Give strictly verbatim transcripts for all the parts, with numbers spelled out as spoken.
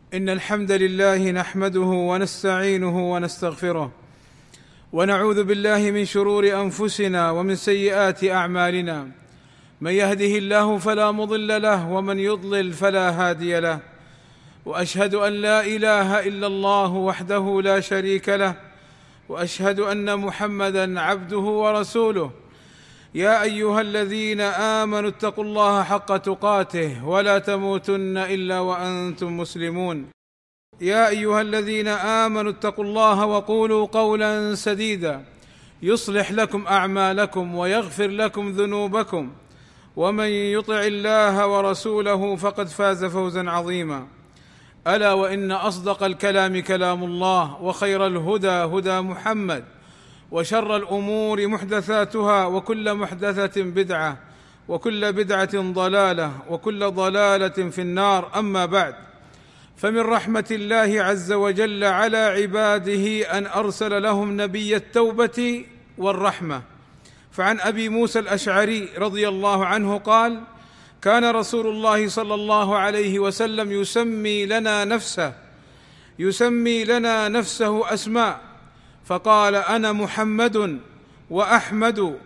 إن الحمد لله نحمده ونستعينه ونستغفره، ونعوذ بالله من شرور أنفسنا ومن سيئات أعمالنا. من يهده الله فلا مضل له، ومن يضلل فلا هادي له. وأشهد أن لا إله إلا الله وحده لا شريك له، وأشهد أن محمدًا عبده ورسوله. يا أيها الذين آمنوا اتقوا الله حق تقاته ولا تموتن إلا وأنتم مسلمون. يا أيها الذين آمنوا اتقوا الله وقولوا قولا سديدا يصلح لكم أعمالكم ويغفر لكم ذنوبكم، ومن يطع الله ورسوله فقد فاز فوزا عظيما. ألا وإن أصدق الكلام كلام الله، وخير الهدى هدى محمد، وشر الأمور محدثاتها، وكل محدثة بدعة، وكل بدعة ضلالة، وكل ضلالة في النار. أما بعد، فمن رحمة الله عز وجل على عباده أن أرسل لهم نبي التوبة والرحمة. فعن أبي موسى الأشعري رضي الله عنه قال: كان رسول الله صلى الله عليه وسلم يسمي لنا نفسه يسمي لنا نفسه أسماء، فقال: أنا محمد وأحمد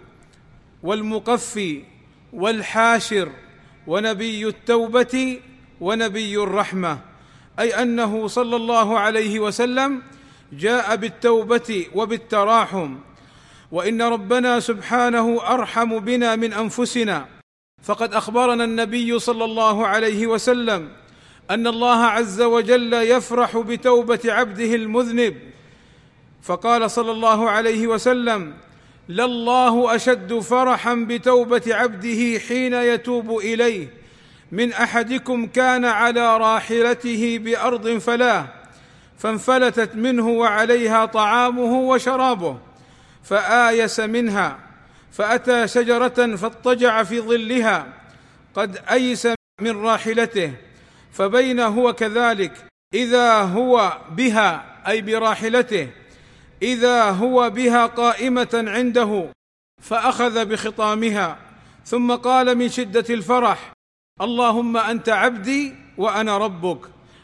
والمقفي والحاشر ونبي التوبة ونبي الرحمة، أي أنه صلى الله عليه وسلم جاء بالتوبة وبالتراحم. وإن ربنا سبحانه أرحم بنا من أنفسنا، فقد أخبرنا النبي صلى الله عليه وسلم أن الله عز وجل يفرح بتوبة عبده المذنب، فقال صلى الله عليه وسلم: لله أشد فرحا بتوبة عبده حين يتوب إليه من أحدكم كان على راحلته بأرض فلاة فانفلتت منه وعليها طعامه وشرابه، فآيس منها فأتى شجرة فاضطجع في ظلها قد أيس من راحلته، فبين هو كذلك إذا هو بها، أي براحلته، إذا هو بها قائمة عنده، فأخذ بخطامها، ثم قال من شدة الفرح: اللهم أنت عبدي وأنا ربك.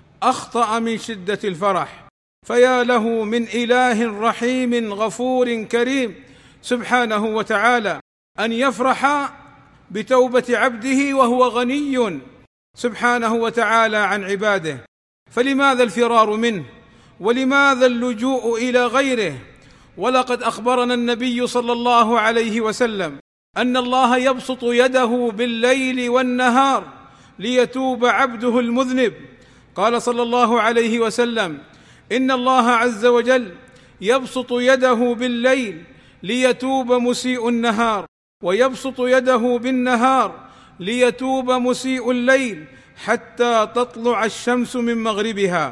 أخطأ من شدة الفرح. فيا له من إله رحيم غفور كريم سبحانه وتعالى أن يفرح بتوبة عبده وهو غني سبحانه وتعالى عن عباده. فلماذا الفرار منه؟ ولماذا اللجوء إلى غيره؟ ولقد أخبرنا النبي صلى الله عليه وسلم أن الله يبسط يده بالليل والنهار ليتوب عبده المذنب. قال صلى الله عليه وسلم: إن الله عز وجل يبسط يده بالليل ليتوب مسيء النهار، ويبسط يده بالنهار ليتوب مسيء الليل حتى تطلع الشمس من مغربها.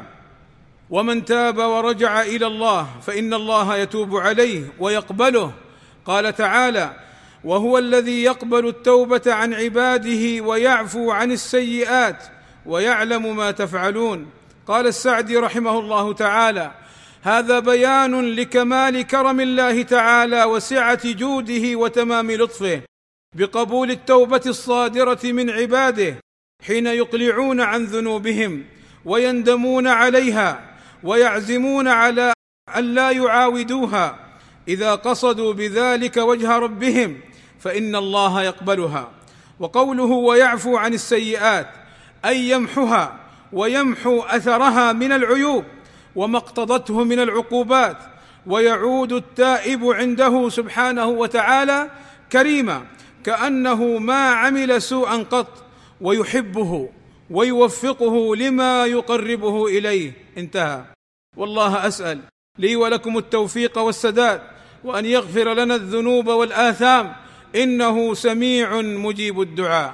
ومن تاب ورجع إلى الله فإن الله يتوب عليه ويقبله. قال تعالى: وهو الذي يقبل التوبة عن عباده ويعفو عن السيئات ويعلم ما تفعلون. قال السعدي رحمه الله تعالى: هذا بيان لكمال كرم الله تعالى وسعة جوده وتمام لطفه بقبول التوبة الصادرة من عباده حين يقلعون عن ذنوبهم ويندمون عليها ويعزمون على أن لا يعاودوها، إذا قصدوا بذلك وجه ربهم فإن الله يقبلها. وقوله ويعفو عن السيئات أي يمحها ويمحو أثرها من العيوب وما اقتضته من العقوبات، ويعود التائب عنده سبحانه وتعالى كريما كأنه ما عمل سوءا قط، ويحبه ويوفقه لما يقربه إليه. انتهى. والله أسأل لي ولكم التوفيق والسداد، وأن يغفر لنا الذنوب والآثام، إنه سميع مجيب الدعاء.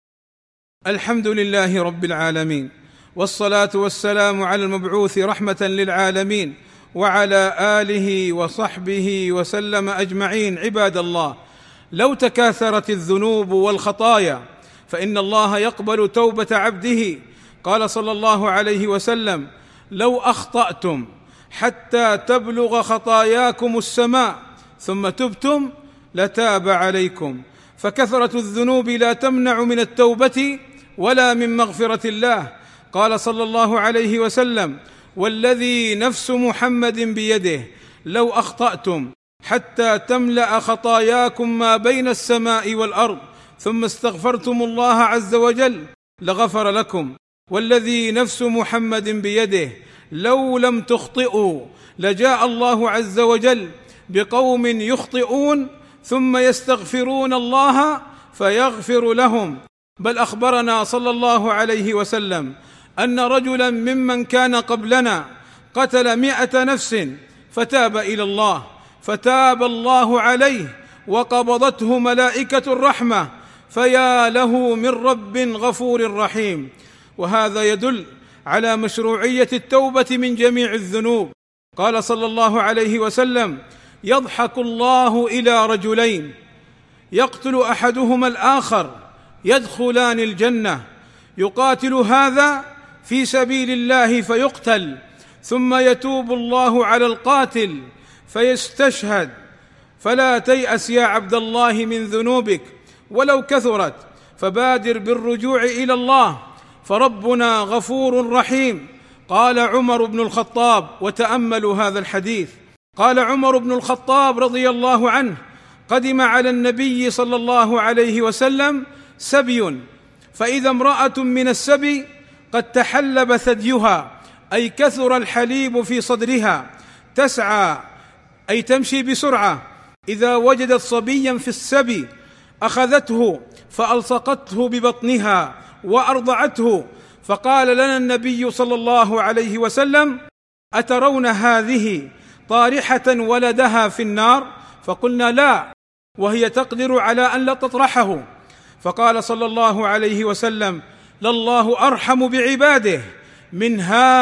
الحمد لله رب العالمين، والصلاة والسلام على المبعوث رحمة للعالمين، وعلى آله وصحبه وسلم أجمعين. عباد الله، لو تكاثرت الذنوب والخطايا فإن الله يقبل توبة عبده. قال صلى الله عليه وسلم: لو أخطأتم حتى تبلغ خطاياكم السماء ثم تبتم لتاب عليكم. فكثرة الذنوب لا تمنع من التوبة ولا من مغفرة الله. قال صلى الله عليه وسلم: والذي نفس محمد بيده لو أخطأتم حتى تملأ خطاياكم ما بين السماء والأرض ثم استغفرتم الله عز وجل لغفر لكم، والذي نفس محمد بيده لو لم تخطئوا لجاء الله عز وجل بقوم يخطئون ثم يستغفرون الله فيغفر لهم. بل أخبرنا صلى الله عليه وسلم أن رجلا ممن كان قبلنا قتل مئة نفس فتاب إلى الله فتاب الله عليه وقبضته ملائكة الرحمة، فيا له من رب غفور رحيم. وهذا يدل على مشروعية التوبة من جميع الذنوب. قال صلى الله عليه وسلم: يضحك الله إلى رجلين يقتل أحدهما الآخر يدخلان الجنة، يقاتل هذا في سبيل الله فيقتل، ثم يتوب الله على القاتل فيستشهد. فلا تيأس يا عبد الله من ذنوبك ولو كثرت، فبادر بالرجوع إلى الله فربنا غفور رحيم. قال عمر بن الخطاب، وتأملوا هذا الحديث، قال عمر بن الخطاب رضي الله عنه: قدم على النبي صلى الله عليه وسلم سبي، فإذا امرأة من السبي قد تحلب ثديها، أي كثر الحليب في صدرها، تسعى أي تمشي بسرعة، إذا وجدت صبيا في السبي أخذته فألصقته ببطنها وأرضعته. فقال لنا النبي صلى الله عليه وسلم: أترون هذه طارحة ولدها في النار؟ فقلنا: لا، وهي تقدر على أن لا تطرحه. فقال صلى الله عليه وسلم: لله أرحم بعباده من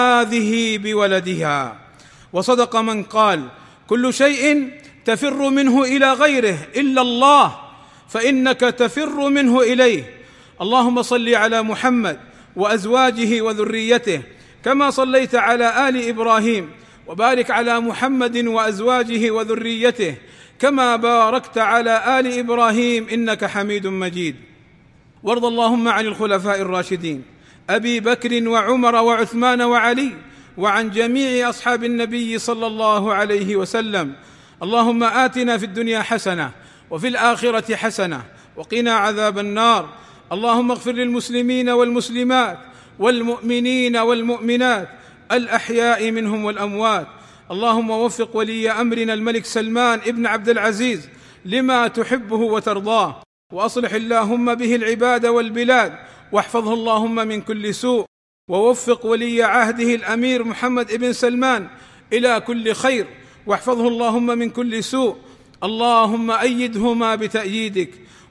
هذه بولدها. وصدق من قال: كل شيء تفر منه إلى غيره إلا الله، فإنك تفر منه إليه. اللهم صل على محمد وأزواجه وذريته كما صليت على آل إبراهيم، وبارك على محمد وأزواجه وذريته كما باركت على آل إبراهيم إنك حميد مجيد. وارض اللهم عن الخلفاء الراشدين أبي بكر وعمر وعثمان وعلي، وعن جميع أصحاب النبي صلى الله عليه وسلم. اللهم آتنا في الدنيا حسنة وفي الآخرة حسنة وقنا عذاب النار. اللهم اغفر للمسلمين والمسلمات والمؤمنين والمؤمنات الأحياء منهم والأموات. اللهم وفق ولي أمرنا الملك سلمان ابن عبد العزيز لما تحبه وترضاه، وأصلح اللهم به العباد والبلاد، واحفظه اللهم من كل سوء، ووفق ولي عهده الأمير محمد ابن سلمان إلى كل خير، واحفظه اللهم من كل سوء. اللهم أيدهما بتأييدك،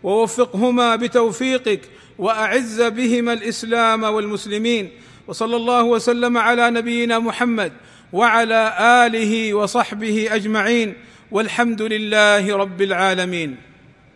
ووفقهما بتوفيقك، وأعز بهما الإسلام والمسلمين. وصلى الله وسلم على نبينا محمد وعلى آله وصحبه أجمعين، والحمد لله رب العالمين.